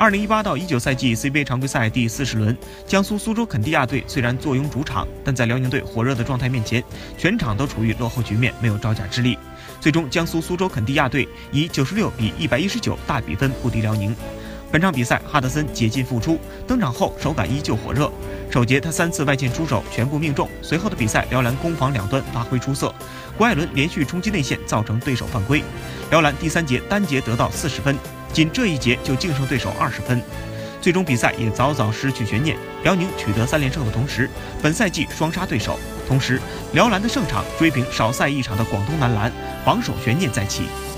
2018到19赛季 CBA 常规赛第40轮，江苏苏州肯蒂亚队虽然坐拥主场，但在辽宁队火热的状态面前，全场都处于落后局面，没有招架之力。最终，江苏苏州肯蒂亚队以96比119大比分不敌辽宁。本场比赛，哈德森解禁复出，登场后手感依旧火热。首节他3次外线出手全部命中，随后的比赛辽篮攻防两端发挥出色，谷爱伦连续冲击内线造成对手犯规，辽篮第3节单节得到40分，仅这一节就净胜对手20分。最终比赛也早早失去悬念，辽宁取得3连胜的同时，本赛季双杀对手，同时辽篮的胜场追平少赛一场的广东男篮，榜首悬念再起。